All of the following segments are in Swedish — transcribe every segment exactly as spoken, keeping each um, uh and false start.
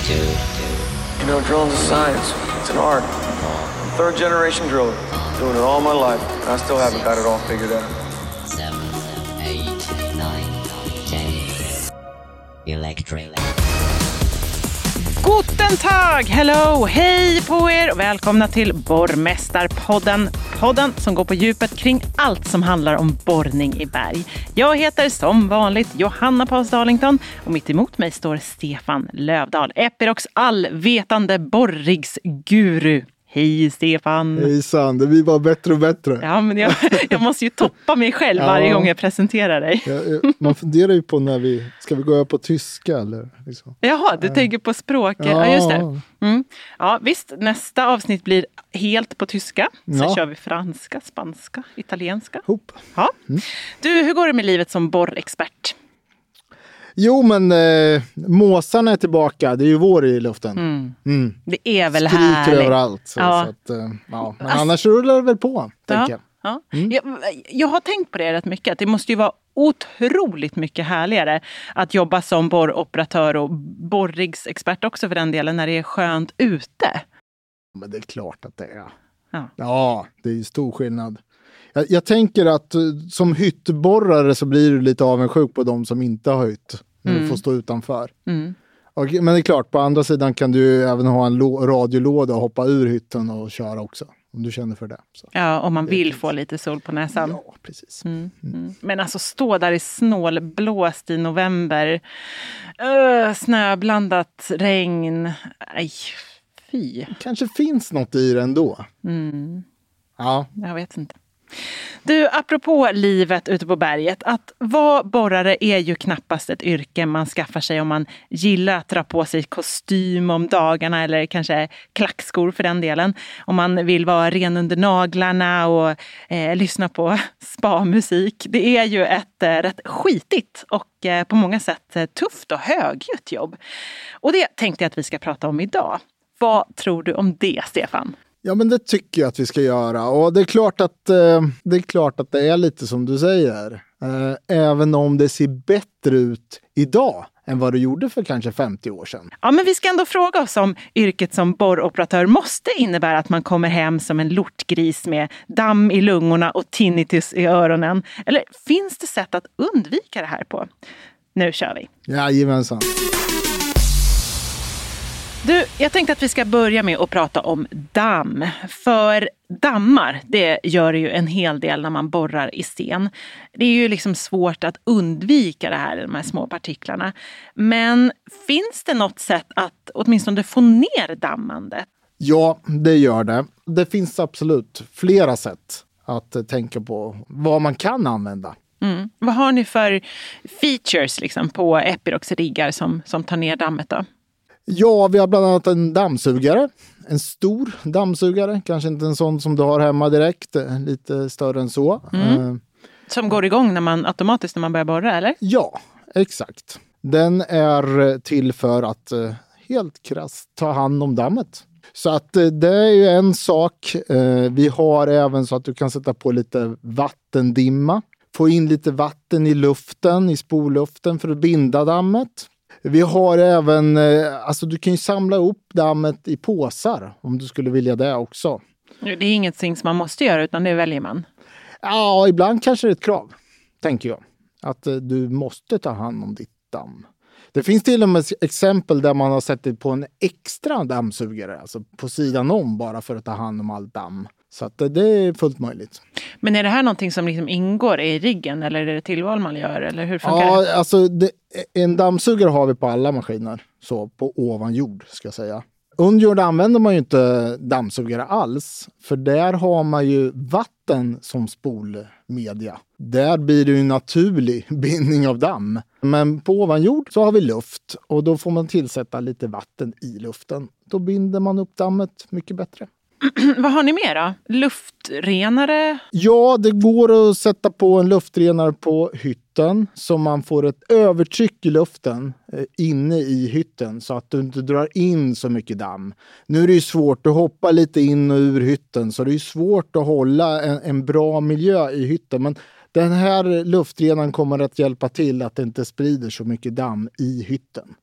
You know, drilling's a science. It's an art. I'm third generation driller. Doing it all my life. And I still haven't got it all figured out. Seven, eight, nine, ten. Electric. Guten Tag, hello, hej på er och välkomna till Borrmästarpodden. Podden som går på djupet kring allt som handlar om borrning i berg. Jag heter som vanligt Johanna Paus Darlington och mitt emot mig står Stefan Lövdahl, Epirocs allvetande borrigsguru. Hej Stefan! Hejsan, det blir bara bättre och bättre. Ja, men jag, jag måste ju toppa mig själv varje ja. gång jag presenterar dig. Ja, man funderar ju på när vi, ska vi gå över på tyska eller liksom. Jaha, du ja. tänker på språk. Ja, ja just det. Mm. Ja, visst, nästa avsnitt blir helt på tyska. Sen ja. kör vi franska, spanska, italienska. Hop. Ja. Mm. Du, hur går det med livet som borrexpert? Jo, men eh, måsarna är tillbaka. Det är ju vår i luften. Mm. Mm. Det är väl Skriker härligt. Skriker överallt. Så, ja. så att, eh, ja. Men alltså, annars rullar det väl på, ja. tänker jag. Ja. Mm. jag. Jag har tänkt på det rätt mycket. Att det måste ju vara otroligt mycket härligare att jobba som borroperatör och borrigsexpert också för den delen när det är skönt ute. Men det är klart att det är. Ja, ja det är ju stor skillnad. Jag, jag tänker att som hyttborrare så blir du lite avundsjuk på de som inte har hytt. När mm. du får stå utanför. Mm. Och, men det är klart, på andra sidan kan du ju även ha en lo- radiolåda och hoppa ur hytten och köra också. Om du känner för det. Så. Ja, om man vill få lite sol på näsan. Ja, precis. Mm. Mm. Men alltså stå där i snålblåst i november. Öh, snöblandat regn. Aj, fy. Kanske finns något i det ändå. Mm. Ja. Jag vet inte. Du, apropå livet ute på berget, att vara borrare är ju knappast ett yrke man skaffar sig om man gillar att dra på sig kostym om dagarna eller kanske klackskor för den delen. Om man vill vara ren under naglarna och eh, lyssna på spa-musik. Det är ju ett eh, rätt skitigt och eh, på många sätt eh, tufft och högljutt jobb. Och det tänkte jag att vi ska prata om idag. Vad tror du om det, Stefan? Ja, men det tycker jag att vi ska göra. Och det är klart att, eh, det, är klart att det är lite som du säger. Eh, även om det ser bättre ut idag än vad det gjorde för kanske femtio år sedan. Ja, men vi ska ändå fråga oss om yrket som borroperatör måste innebära att man kommer hem som en lortgris med damm i lungorna och tinnitus i öronen. Eller finns det sätt att undvika det här på? Nu kör vi. Jajamensan. Du, jag tänkte att vi ska börja med att prata om damm. För dammar, det gör ju en hel del när man borrar i sten. Det är ju liksom svårt att undvika det här, de här små partiklarna. Men finns det något sätt att åtminstone få ner dammandet? Ja, det gör det. Det finns absolut flera sätt att tänka på vad man kan använda. Mm. Vad har ni för features liksom, på Epirocs riggar som, som tar ner dammet då? Ja, vi har bland annat en dammsugare. En stor dammsugare. Kanske inte en sån som du har hemma direkt. Lite större än så. Mm. Som går igång när man, automatiskt när man börjar borra, eller? Ja, exakt. Den är till för att helt krasst ta hand om dammet. Så att det är ju en sak. Vi har även så att du kan sätta på lite vattendimma. Få in lite vatten i luften, i spoluften för att binda dammet. Vi har även, alltså du kan ju samla upp dammet i påsar om du skulle vilja det också. Det är ingenting som man måste göra utan det väljer man. Ja, ibland kanske det är ett krav, tänker jag. Att du måste ta hand om ditt damm. Det finns till och med exempel där man har sett det på en extra dammsugare. Alltså på sidan om bara för att ta hand om all damm. Så att det är fullt möjligt. Men är det här någonting som liksom ingår i riggen eller är det tillval man gör? Eller hur funkar ja, det? Ja, alltså det, en dammsugare har vi på alla maskiner. Så på ovan jord ska jag säga. Under jord använder man ju inte dammsugare alls. För där har man ju vatten som spolmedia. Där blir det ju en naturlig bindning av damm. Men på ovan jord så har vi luft. Och då får man tillsätta lite vatten i luften. Då binder man upp dammet mycket bättre. Vad har ni mer då? Luftrenare? Ja, det går att sätta på en luftrenare på hytten så man får ett övertryck i luften eh, inne i hytten så att du inte drar in så mycket damm. Nu är det ju svårt att hoppa lite in och ur hytten så det är svårt att hålla en, en bra miljö i hytten. Men den här luftrenaren kommer att hjälpa till att det inte sprider så mycket damm i hytten.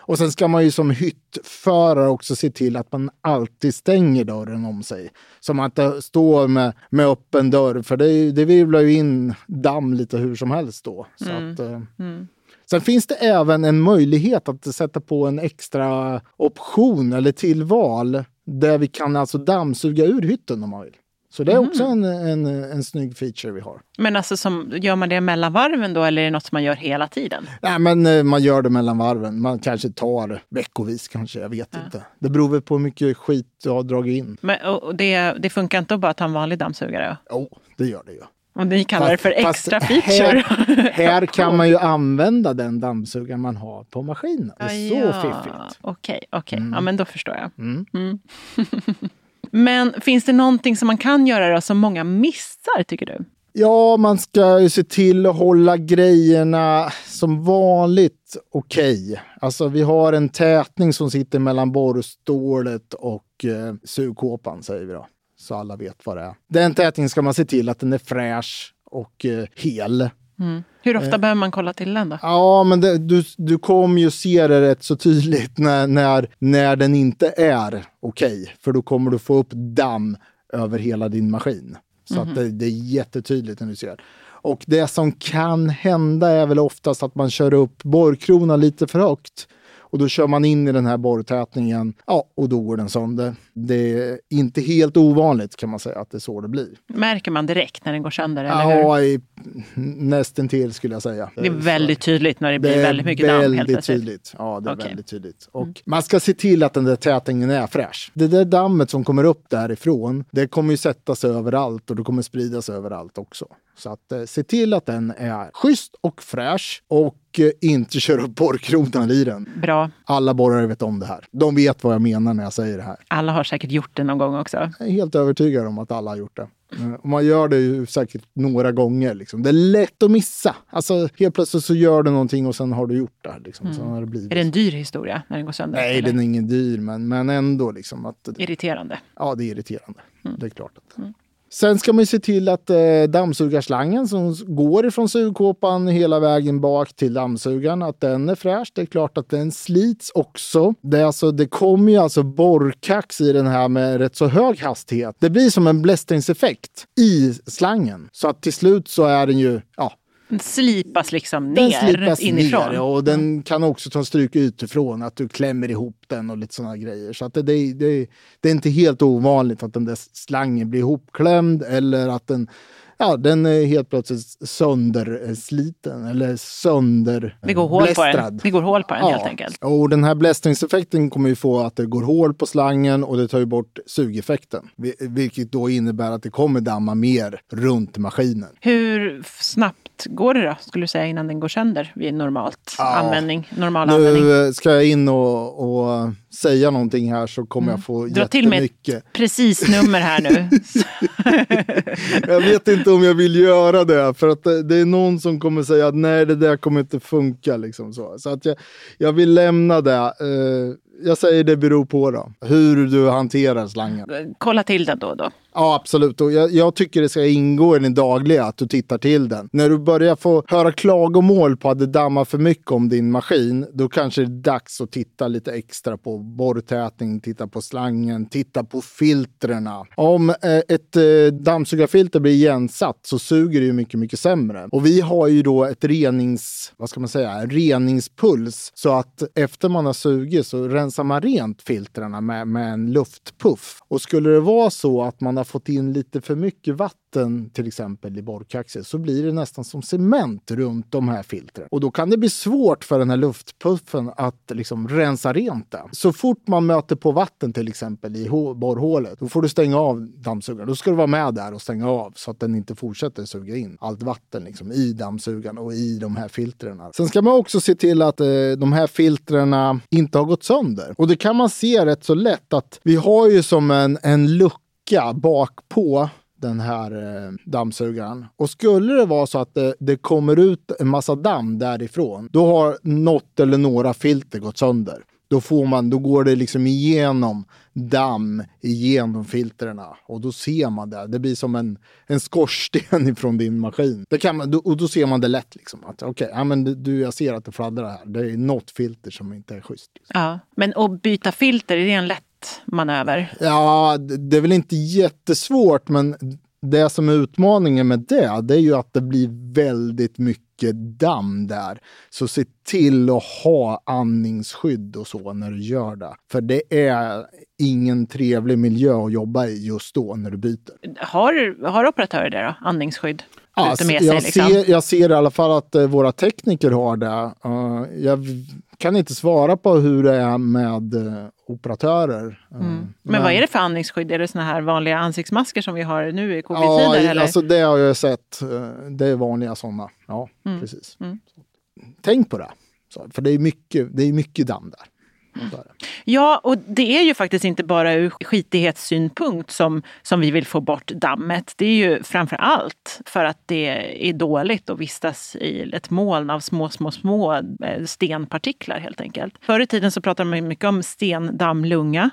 Och sen ska man ju som hyttförare också se till att man alltid stänger dörren om sig. Så man inte står med, med öppen dörr. För det, det virvlar ju in damm lite hur som helst då. Så Mm. att, eh. Mm. Sen finns det även en möjlighet att sätta på en extra option eller tillval. Där vi kan alltså dammsuga ur hytten om man vill. Så det är också en, en, en snygg feature vi har. Men alltså, som, gör man det mellan varven då, eller är det något som man gör hela tiden? Nej, men eh, man gör det mellan varven. Man kanske tar veckovis kanske, jag vet Ja. inte. Det beror väl på hur mycket skit du har dragit in. Men, och och det, det funkar inte att bara ta en vanlig dammsugare? Jo, oh, det gör det ju. Och ni kallar det för Fast- extra fast feature? Här, här kan man ju använda den dammsugaren man har på maskinen. Det är så ja. fiffigt. Okej, okej. Mm. Ja, men då förstår jag. Mm. Mm. Men finns det någonting som man kan göra då, som många missar, tycker du? Ja, man ska ju se till att hålla grejerna som vanligt okej. Alltså vi har en tätning som sitter mellan borrstålet och eh, sugkåpan, säger vi då. Så alla vet vad det är. Den tätningen ska man se till att den är fräsch och eh, hel. Mm. Hur ofta Eh. behöver man kolla till den då? Ja, men det, du, du kommer ju se det rätt så tydligt när, när, när den inte är okej. För då kommer du få upp damm över hela din maskin. Så Mhm. att det, det är jättetydligt när du ser. Och det som kan hända är väl oftast att man kör upp borrkronan lite för högt. Och då kör man in i den här borrtätningen. Ja, och då går den sönder. Det är inte helt ovanligt kan man säga att det är så det blir. Märker man direkt när den går sönder, eller hur? Ja, i, nästan till skulle jag säga. Det är väldigt tydligt när det blir Det är väldigt mycket damm helt väldigt plötsligt. tydligt. Ja, det är Okej. väldigt tydligt. Och man ska se till att den där tätningen är fräsch. Det där dammet som kommer upp därifrån, det kommer ju sätta sig överallt och det kommer spridas överallt också. Så att eh, se till att den är schysst och fräsch och eh, inte kör upp borrkronan i den. Bra. Alla borrare vet om det här. De vet vad jag menar när jag säger det här. Alla har säkert gjort det någon gång också. Jag är helt övertygad om att alla har gjort det. Eh, Och man gör det ju säkert några gånger. Liksom. Det är lätt att missa. Alltså helt plötsligt så gör du någonting och sen har du gjort det. Liksom. Mm. Sen har det blivit. Är det en dyr historia när den går sönder? Nej, eller? den är ingen dyr, men, men ändå liksom att... Irriterande. Ja, det är irriterande. Mm. Det är klart att... Mm. Sen ska man ju se till att eh, dammsugarslangen som går ifrån sugkåpan hela vägen bak till dammsugaren, att den är fräsch. Det är klart att den slits också. Det, är alltså, det kommer ju alltså borrkax i den här med rätt så hög hastighet. Det blir som en blästringseffekt i slangen. Så att till slut så är den ju... Ja, Den slipas liksom den ner slipas inifrån. ner och den kan också ta stryk utifrån, att du klämmer ihop den och lite sådana grejer. Så att det, det, det, det är inte helt ovanligt att den där slangen blir ihopklämd eller att den, ja, den är helt plötsligt söndersliten eller sönder Det går hål på blästrad. den. Det går hål på den Ja, helt enkelt. och den här blästringseffekten kommer ju få att det går hål på slangen och det tar ju bort sugeffekten. Vi- Vilket då innebär att det kommer damma mer runt maskinen. Hur snabbt går det då, skulle du säga, innan den går sönder vid normalt Ja. användning, normal användning? Nu eh, ska jag in och, och säga någonting här så kommer jag få Dra till med jättemycket. ett precis nummer här nu. Jag vet inte om jag vill göra det, för att det, det är någon som kommer säga att nej, det där kommer inte funka. Liksom så så att jag, jag vill lämna det. Eh, jag säger det beror på då, hur du hanterar slangen. Kolla till den då och då. Ja, absolut. Och jag, jag tycker det ska ingå i den dagliga att du tittar till den. När du börjar få höra klagomål på att det dammar för mycket om din maskin, då kanske det är dags att titta lite extra på borrtätning, titta på slangen, titta på filtrerna. Om eh, ett eh, dammsugarfilter blir igensatt så suger det ju mycket, mycket sämre. Och vi har ju då ett renings, vad ska man säga, reningspuls. Så att efter man har sugit så rensar man rent filtrerna med, med en luftpuff. Och skulle det vara så att man har fått in lite för mycket vatten till exempel i borrkaxet, så blir det nästan som cement runt de här filtren. Och då kan det bli svårt för den här luftpuffen att liksom rensa rent det. Så fort man möter på vatten till exempel i hå- borrhålet, då får du stänga av dammsugaren. Då ska du vara med där och stänga av så att den inte fortsätter suga in allt vatten liksom i dammsugaren och i de här filtrerna. Sen ska man också se till att eh, de här filtrerna inte har gått sönder. Och det kan man se rätt så lätt att vi har ju som en, en lucka bak på den här eh, dammsugaren. Och skulle det vara så att det, det kommer ut en massa damm därifrån, då har något eller några filter gått sönder. Då får man, då går det liksom igenom damm, igenom filtrerna. Och då ser man det. Det blir som en, en skorsten ifrån din maskin. Det kan man, och då ser man det lätt liksom. Att okej, okay, ja, men du, jag ser att det fladdrar här. Det är något filter som inte är schysst. Liksom. Ja, men att byta filter, är det en lätt manöver? Ja, det är väl inte jättesvårt, men det som är utmaningen med det, det är ju att det blir väldigt mycket damm där. Så se till att ha andningsskydd och så när du gör det. För det är ingen trevlig miljö att jobba i just då när du byter. Har, har operatörer det då? Andningsskydd? Ja, med sig, jag, liksom. ser, jag ser i alla fall att uh, våra tekniker har det. Uh, jag kan inte svara på hur det är med uh, operatörer. Uh, mm. men, men vad är det för andningsskydd? Är det såna här vanliga ansiktsmasker som vi har nu i Ja, covid-tider? Eller? Alltså det har jag sett. Uh, det är vanliga sådana. Ja, mm. precis. Mm. Tänk på det. Så, för det är mycket, det är mycket damm där. Ja, och det är ju faktiskt inte bara ur skitighetssynpunkt som, som vi vill få bort dammet. Det är ju framför allt för att det är dåligt att vistas i ett moln av små, små, små stenpartiklar helt enkelt. Förr i tiden så pratade man mycket om stendammlunga.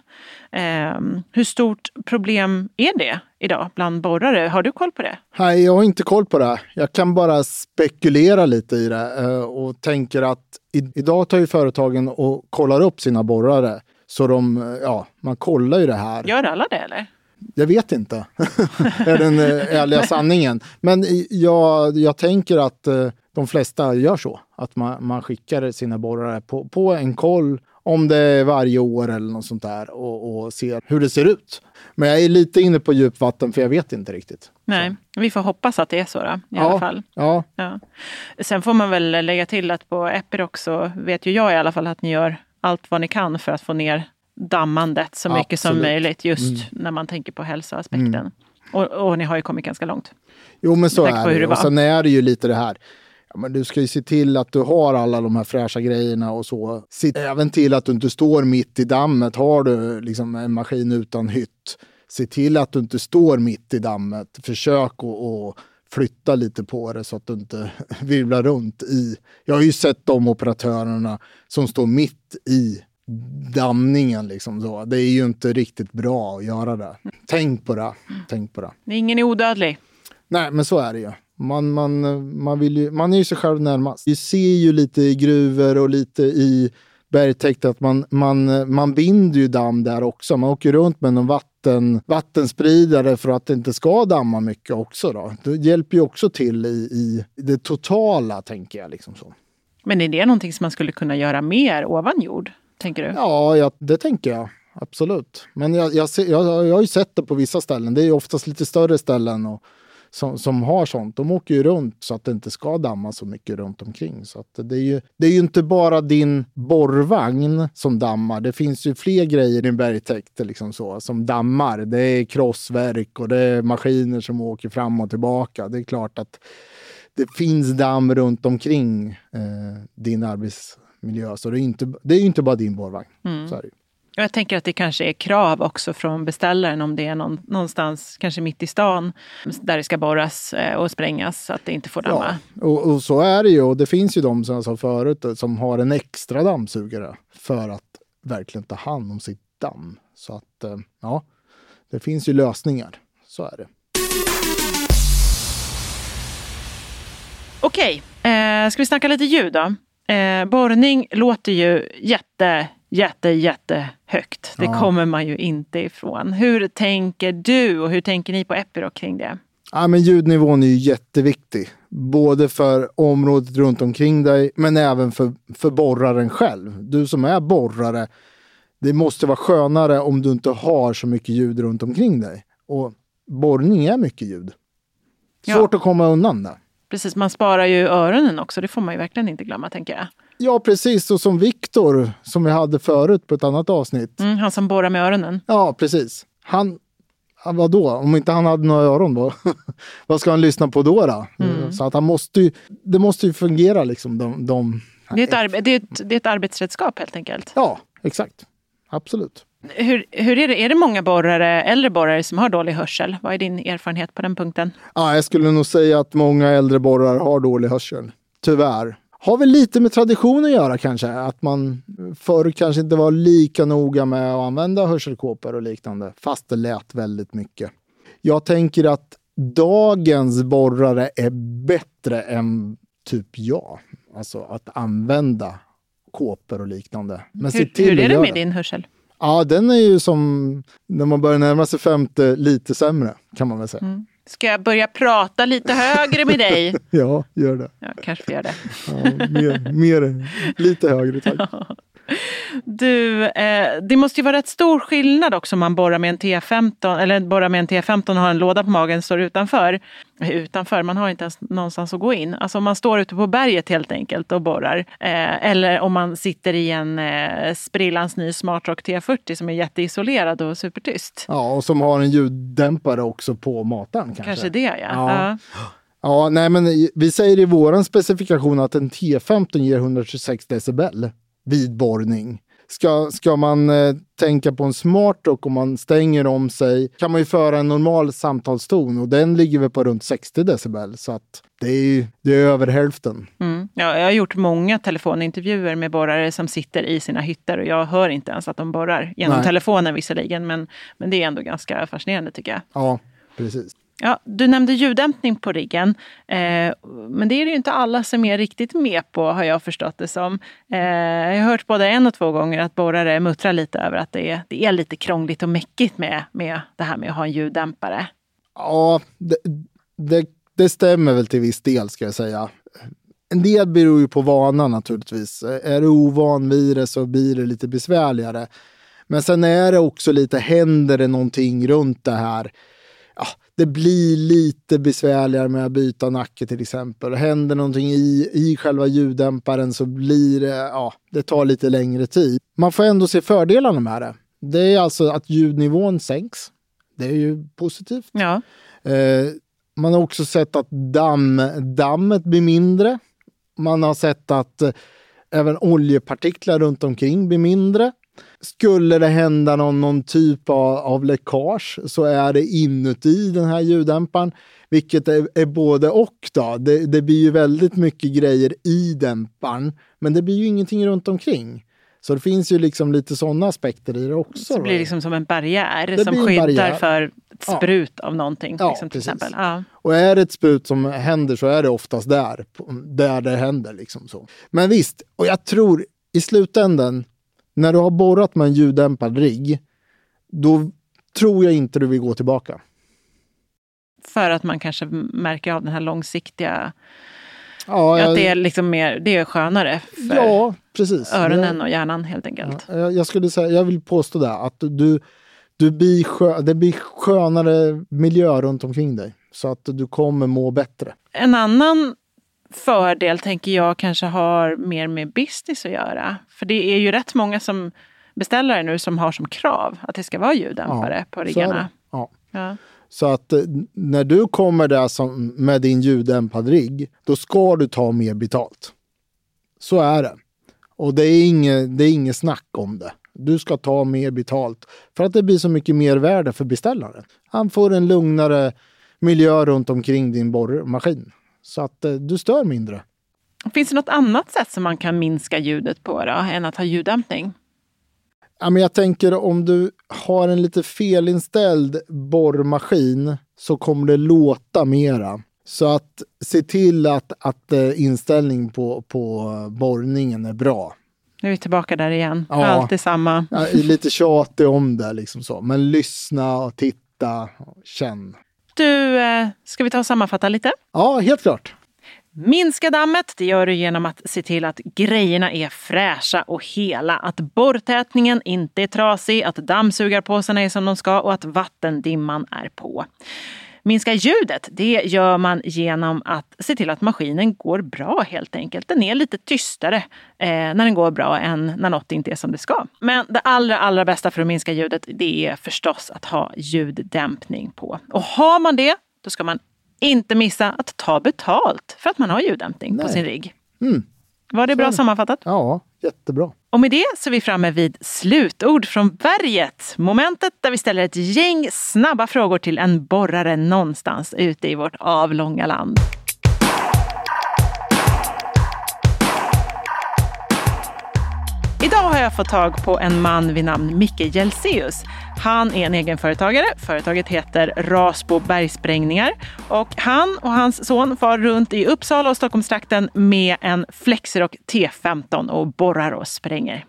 Eh, hur stort problem är det idag bland borrare? Har du koll på det? Nej, jag har inte koll på det. Jag kan bara spekulera lite i det och tänker att i, idag tar ju företagen och kollar upp sina borrare. Så de, ja, man kollar ju det här. Gör alla det eller? Jag vet inte. är den ärliga sanningen. Men jag, jag tänker att de flesta gör så. Att man, man skickar sina borrare på, på en koll. Om det är varje år eller något sånt där. Och, och ser hur det ser ut. Men jag är lite inne på djupvatten för jag vet inte riktigt. Nej, så. Vi får hoppas att det är så då, i ja, alla fall. Ja. Ja. Sen får man väl lägga till att på Epiroc så vet ju jag i alla fall att ni gör allt vad ni kan för att få ner dammandet så mycket Absolut. Som möjligt. Just mm. när man tänker på hälsoaspekten. Mm. Och, och ni har ju kommit ganska långt. Jo, men så är det. det och sen är det ju lite det här. Ja, men du ska ju se till att du har alla de här fräscha grejerna och så. Se även till att du inte står mitt i dammet. Har du liksom en maskin utan hytt. Se till att du inte står mitt i dammet. Försök att flytta lite på det så att du inte virvlar runt i. Jag har ju sett de operatörerna som står mitt i dammningen liksom så. Det är ju inte riktigt bra att göra det. Tänk på det. Tänk på det. Ingen är odödlig. Nej, men så är det ju. Man, man, man, vill ju, man är ju sig själv närmast. Vi ser ju lite i gruvor och lite i bergtäkt att man, man, man binder ju damm där också. Man åker runt med någon vatten, vattenspridare för att det inte ska damma mycket också då. Det hjälper ju också till i, i det totala, tänker jag liksom så. Men är det någonting som man skulle kunna göra mer ovan jord, tänker du? Ja, ja det tänker jag. Absolut. Men jag, jag, ser, jag, jag har ju sett det på vissa ställen. Det är ju oftast lite större ställen och Som, som har sånt, de åker ju runt så att det inte ska damma så mycket runt omkring. Så att det, är ju, det är ju inte bara din borrvagn som dammar. Det finns ju fler grejer i en bergtäkt liksom så, som dammar. Det är krossverk och det är maskiner som åker fram och tillbaka. Det är klart att det finns damm runt omkring eh, din arbetsmiljö. Så det är ju inte, det är inte bara din borrvagn. Mm. Så är det ju. Jag tänker att det kanske är krav också från beställaren om det är någon, någonstans kanske mitt i stan där det ska borras och sprängas så att det inte får damma. Ja, och, och så är det ju. Och det finns ju de som jag sa förut som har en extra dammsugare för att verkligen ta hand om sitt damm. Så att ja, det finns ju lösningar. Så är det. Okej, eh, ska vi snacka lite ljud då? Eh, borrning låter ju jätte... Jätte, jätte högt. Det ja. kommer man ju inte ifrån. Hur tänker du och hur tänker ni på Epiroc kring det? Ja, men ljudnivån är ju jätteviktig. Både för området runt omkring dig men även för, för borraren själv. Du som är borrare, det måste vara skönare om du inte har så mycket ljud runt omkring dig. Och borrning är mycket ljud. Svårt ja. att komma undan det. Precis, man sparar ju öronen också. Det får man ju verkligen inte glömma, tänker jag. Ja, precis. Och som Viktor, som vi hade förut på ett annat avsnitt. Mm, han som borrar med öronen. Ja, precis. Han, vadå? Om inte han hade några öron då? Vad ska han lyssna på då då? Mm. Så att han måste ju, det måste ju fungera liksom. De, de, det, är ett arbe- det, är ett, det är ett arbetsredskap helt enkelt. Ja, exakt. Absolut. Hur, hur är det? Är det många borrare, äldre borrare som har dålig hörsel? Vad är din erfarenhet på den punkten? Ja, jag skulle nog säga att många äldre borrare har dålig hörsel. Tyvärr. har väl lite med tradition att göra kanske. Att man förr kanske inte var lika noga med att använda hörselkåpor och liknande. Fast det lät väldigt mycket. Jag tänker att dagens borrare är bättre än typ jag. Alltså att använda kåpor och liknande. Men hur, hur är det med din hörsel? Ja, den är ju som när man börjar närma sig femte lite sämre kan man väl säga. Mm. Ska jag börja prata lite högre med dig? Ja, gör det. Ja, kanske får göra det. Ja, mer, mer, lite högre tack. Du, eh, det måste ju vara rätt stor skillnad också om man borrar med en T femton eller borrar med en T femton och har en låda på magen och står utanför. Utanför, man har inte ens någonstans att gå in. Alltså om man står ute på berget helt enkelt och borrar. Eh, eller om man sitter i en eh, sprillans ny Smartrock T fyrtio som är jätteisolerad och supertyst. Ja, och som har en ljuddämpare också på mataren kanske. Kanske det, ja. Ja. ja. Ja, nej men vi säger i våran specifikation att en T femton ger etthundratjugosex decibel vid borrning. Ska, ska man eh, tänka på en Smartrock om man stänger om sig kan man ju föra en normal samtalston och den ligger väl på runt sextio decibel så att det är ju det är över hälften. Mm. Ja, jag har gjort många telefonintervjuer med borrare som sitter i sina hytter och jag hör inte ens att de borrar genom Nej. telefonen visserligen men, men det är ändå ganska fascinerande tycker jag. Ja, precis. Ja, du nämnde ljuddämpning på riggen, eh, men det är det ju inte alla som är riktigt med på har jag förstått det som. Eh, jag har hört både en och två gånger att borrare muttrar lite över att det är, det är lite krångligt och mäckigt med, med det här med att ha en ljuddämpare. Ja, det, det, det stämmer väl till viss del ska jag säga. En del beror ju på vanan naturligtvis. Är du ovan vid det så blir det lite besvärligare. Men sen är det också lite, händer det någonting runt det här. Ja, det blir lite besvärligare med att byta nacke till exempel. Händer någonting i, i själva ljuddämparen så blir det, ja, det tar lite längre tid. Man får ändå se fördelarna med det. Det är alltså att ljudnivån sänks. Det är ju positivt. Ja. Eh, man har också sett att damm, dammet blir mindre. Man har sett att eh, även oljepartiklar runt omkring blir mindre. Skulle det hända någon, någon typ av, av läckage så är det inuti den här ljuddämparen. Vilket är, är både och då. Det, det blir ju väldigt mycket grejer i dämparen. Men det blir ju ingenting runt omkring. Så det finns ju liksom lite sådana aspekter i det också. Så det blir liksom som en barriär det som skyddar barriär. för ett sprut ja. av någonting. Ja, liksom, till exempel. Ja. Och är det ett sprut som händer så är det oftast där. Där det händer liksom så. Men visst, och jag tror i slutändan när du har borrat med en ljuddämpad rigg, då tror jag inte du vill gå tillbaka. För att man kanske märker av den här långsiktiga... Ja, jag, att det är liksom mer, det är skönare för ja, precis. öronen jag, och hjärnan helt enkelt. Ja, jag skulle säga, jag vill påstå det, att du, du blir skö, det blir skönare miljö runt omkring dig. Så att du kommer må bättre. En annan fördel tänker jag kanske har mer med business att göra. För det är ju rätt många som beställare nu som har som krav att det ska vara ljuddämpare ja, på riggarna. Ja. Ja. Så att när du kommer där som, med din ljuddämpad rigg, då ska du ta mer betalt. Så är det. Och det är inget, det är inget snack om det. Du ska ta mer betalt för att det blir så mycket mer värde för beställaren. Han får en lugnare miljö runt omkring din borrmaskin. Så att eh, du stör mindre. Finns det något annat sätt som man kan minska ljudet på då, än att ha ljuddämpning? Ja, men jag tänker om du har en lite felinställd borrmaskin så kommer det låta mera. Så att se till att, att inställning på, på borrningen är bra. Nu är vi tillbaka där igen. Ja, alltid samma. Ja, lite tjatig om det liksom så. Men lyssna och titta och känn. Du, ska vi ta och sammanfatta lite? Ja, helt klart. Minska dammet, det gör du genom att se till att grejerna är fräscha och hela. Att borrtätningen inte är trasig, att dammsugarpåsarna är som de ska och att vattendimman är på. Minska ljudet, det gör man genom att se till att maskinen går bra helt enkelt. Den är lite tystare eh, när den går bra än när något inte är som det ska. Men det allra, allra bästa för att minska ljudet, det är förstås att ha ljuddämpning på. Och har man det, då ska man inte missa att ta betalt för att man har ljuddämpning Nej. på sin rigg. Mm. Var det bra sammanfattat? Ja, jättebra. Och med det så är vi framme vid slutord från berget. Momentet där vi ställer ett gäng snabba frågor till en borrare någonstans ute i vårt avlånga land. Idag har jag fått tag på en man vid namn Micke Jelseus. Han är en egenföretagare. Företaget heter Rasbo Bergsprängningar. Och han och hans son far runt i Uppsala och Stockholmstrakten med en Flexrock T femton och borrar och spränger.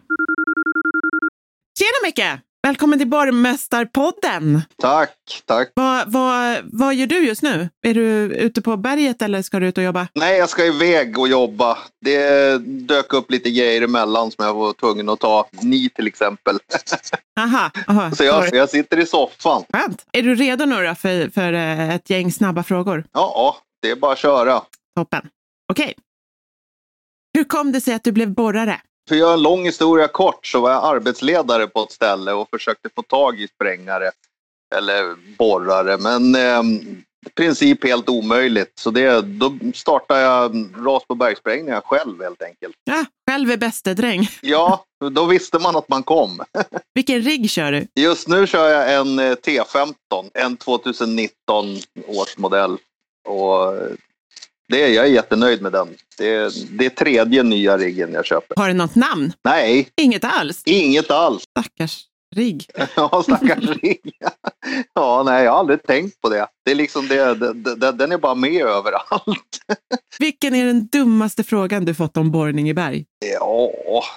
Tjena Micke! Välkommen till Borgmästarpodden. Tack, tack. Vad, vad, vad gör du just nu? Är du ute på berget eller ska du ut och jobba? Nej, jag ska iväg och jobba. Det dök upp lite grejer emellan som jag var tvungen att ta. Ni till exempel. Aha, aha. Så jag, jag sitter i soffan. Skönt. Är du redo nu då för, för ett gäng snabba frågor? Ja, det är bara att köra. Toppen. Okej. Hur kom det sig att du blev borrare? För att göra en lång historia kort så var jag arbetsledare på ett ställe och försökte få tag i sprängare eller borrare. Men eh, i princip helt omöjligt. Så det, då startade jag Rasbo Bergsprängningar själv helt enkelt. Ja, själv är bäste dräng. Ja, då visste man att man kom. Vilken rigg kör du? Just nu kör jag en T femton, en tjugonitton års modell. Och det är, jag är jättenöjd med den. Det är, det är tredje nya riggen jag köper. Har du något namn? Nej. Inget alls? Inget alls. Stackars rigg. Ja, stackars rigg. Ja, nej, jag har aldrig tänkt på det. Det är liksom det, det, det, den är bara med överallt. Vilken är den dummaste frågan du fått om borrning i berg? Ja,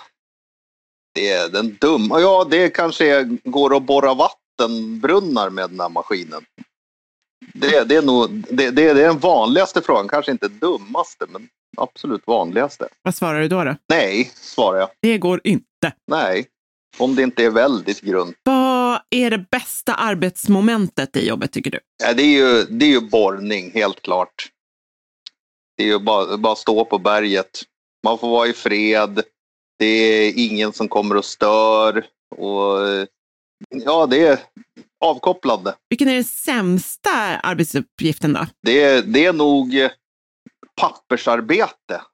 det är den dumma. Ja, det kanske är, går att borra vattenbrunnar med den här maskinen. Det, det, är nog, det, det är den vanligaste frågan, kanske inte dummaste, men absolut vanligaste. Vad svarar du då då? Nej, svarar jag. Det går inte. Nej, om det inte är väldigt grund. Vad är det bästa arbetsmomentet i jobbet tycker du? Ja, det är ju, det är ju borrning, helt klart. Det är ju bara, bara stå på berget. Man får vara i fred. Det är ingen som kommer och stör. Och ja, det är avkopplande. Vilken är den sämsta arbetsuppgiften då? Det är, det är nog pappersarbete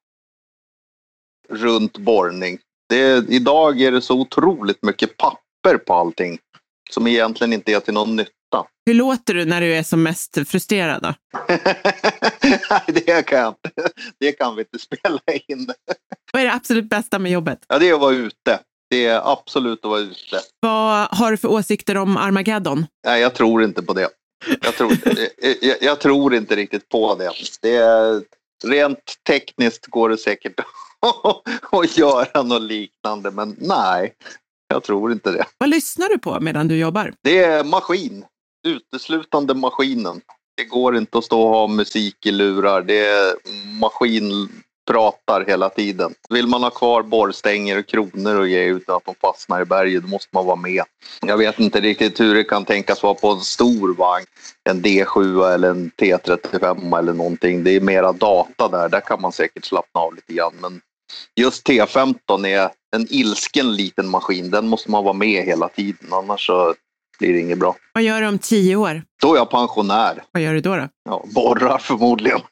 runt borrning. Det är, idag är det så otroligt mycket papper på allting som egentligen inte är till någon nytta. Hur låter du när du är som mest frustrerad då? Nej, det kan, jag inte. Det kan vi inte spela in. Vad är det absolut bästa med jobbet? Ja, det är att vara ute. Det är absolut att vara ute. Vad har du för åsikter om Armageddon? Nej, jag tror inte på det. Jag tror, jag, jag tror inte riktigt på det. Det är, rent tekniskt går det säkert att göra något liknande, men nej, jag tror inte det. Vad lyssnar du på medan du jobbar? Det är maskin. Uteslutande maskinen. Det går inte att stå och ha musik i lurar. Det är maskin pratar hela tiden. Vill man ha kvar borrstänger och kronor och grejer utan att de fastnar i berget, då måste man vara med. Jag vet inte riktigt hur det kan tänkas vara på en stor vagn. En D sju eller en T trettiofem eller någonting. Det är mera data där. Där kan man säkert slappna av lite grann. Men just T femton är en ilsken liten maskin. Den måste man vara med hela tiden. Annars så blir det inget bra. Vad gör du om tio år? Då är jag pensionär. Vad gör du då då? Ja, borrar förmodligen.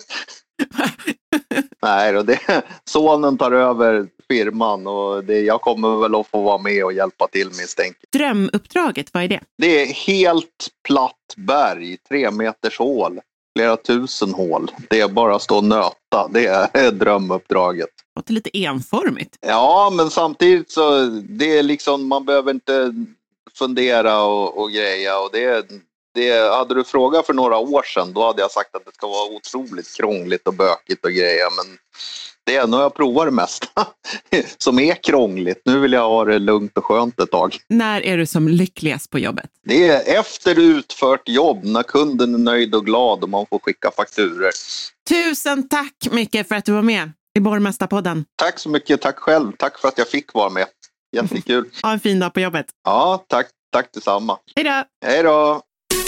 Nej då, det, sonen tar över firman och det, jag kommer väl att få vara med och hjälpa till misstänkt. Drömuppdraget, vad är det? Det är helt platt berg, tre meters hål, flera tusen hål. Det är bara att stå och nöta, det är drömuppdraget. Det låter lite enformigt. Ja, men samtidigt så det är liksom, man behöver inte fundera och, och greja och det Det, hade du frågat för några år sedan, då hade jag sagt att det ska vara otroligt krångligt och bökigt och grejer. Men det är nog jag provar det mesta som är krångligt. Nu vill jag ha det lugnt och skönt ett tag. När är du som lyckligast på jobbet? Det är efter utfört jobb, när kunden är nöjd och glad och man får skicka fakturer. Tusen tack Micke för att du var med i Borgmästarpodden. Tack så mycket, tack själv. Tack för att jag fick vara med. Jättekul. Ha en fin dag på jobbet. Ja, tack, tack detsamma. Hej då! Hej då!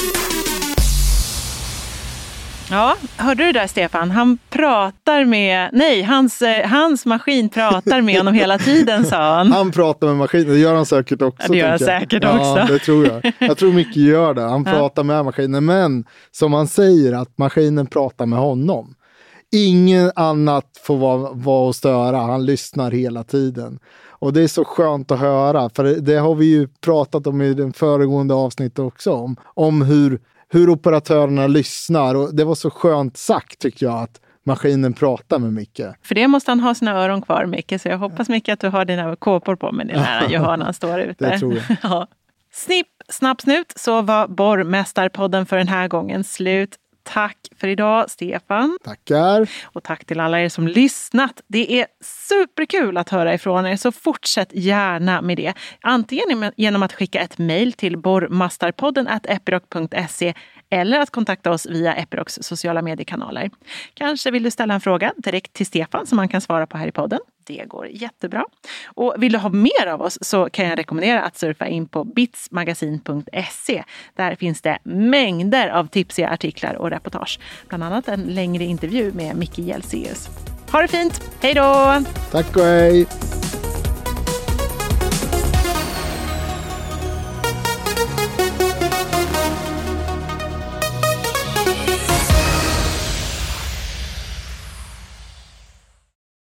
Ja, hörde du där Stefan? Han pratar med, nej, hans, hans maskin pratar med honom hela tiden, sa han. Han pratar med maskinen, det gör han säkert också. Ja, det gör han säkert också. Ja, det tror jag. Jag tror mycket gör det. Han ja. pratar med maskinen, men som han säger att maskinen pratar med honom. Ingen annat får vara, vara och störa, han lyssnar hela tiden. Och det är så skönt att höra, för det har vi ju pratat om i den föregående avsnittet också, om, om hur hur operatörerna lyssnar, och det var så skönt sagt tycker jag, att maskinen pratar med Micke. För det måste han ha sina öron kvar, Micke. Så jag hoppas Micke att du har dina kåpor på med den här Johanna står ute. Det tror jag. Ja. Snipp, snapp, snut, så var Borrmästarpodden för den här gången slut. Tack för idag, Stefan. Tackar. Och tack till alla er som lyssnat. Det är superkul att höra ifrån er, så fortsätt gärna med det. Antingen genom att skicka ett mejl till borrmastarpodden at epiroc punkt se eller att kontakta oss via Epirocs sociala mediekanaler. Kanske vill du ställa en fråga direkt till Stefan som man kan svara på här i podden. Det går jättebra. Och vill du ha mer av oss så kan jag rekommendera att surfa in på bitsmagasin punkt se. Där finns det mängder av tipsiga artiklar och reportage. Bland annat en längre intervju med Micke Jelséus. Ha det fint! Hej då! Tack och hej!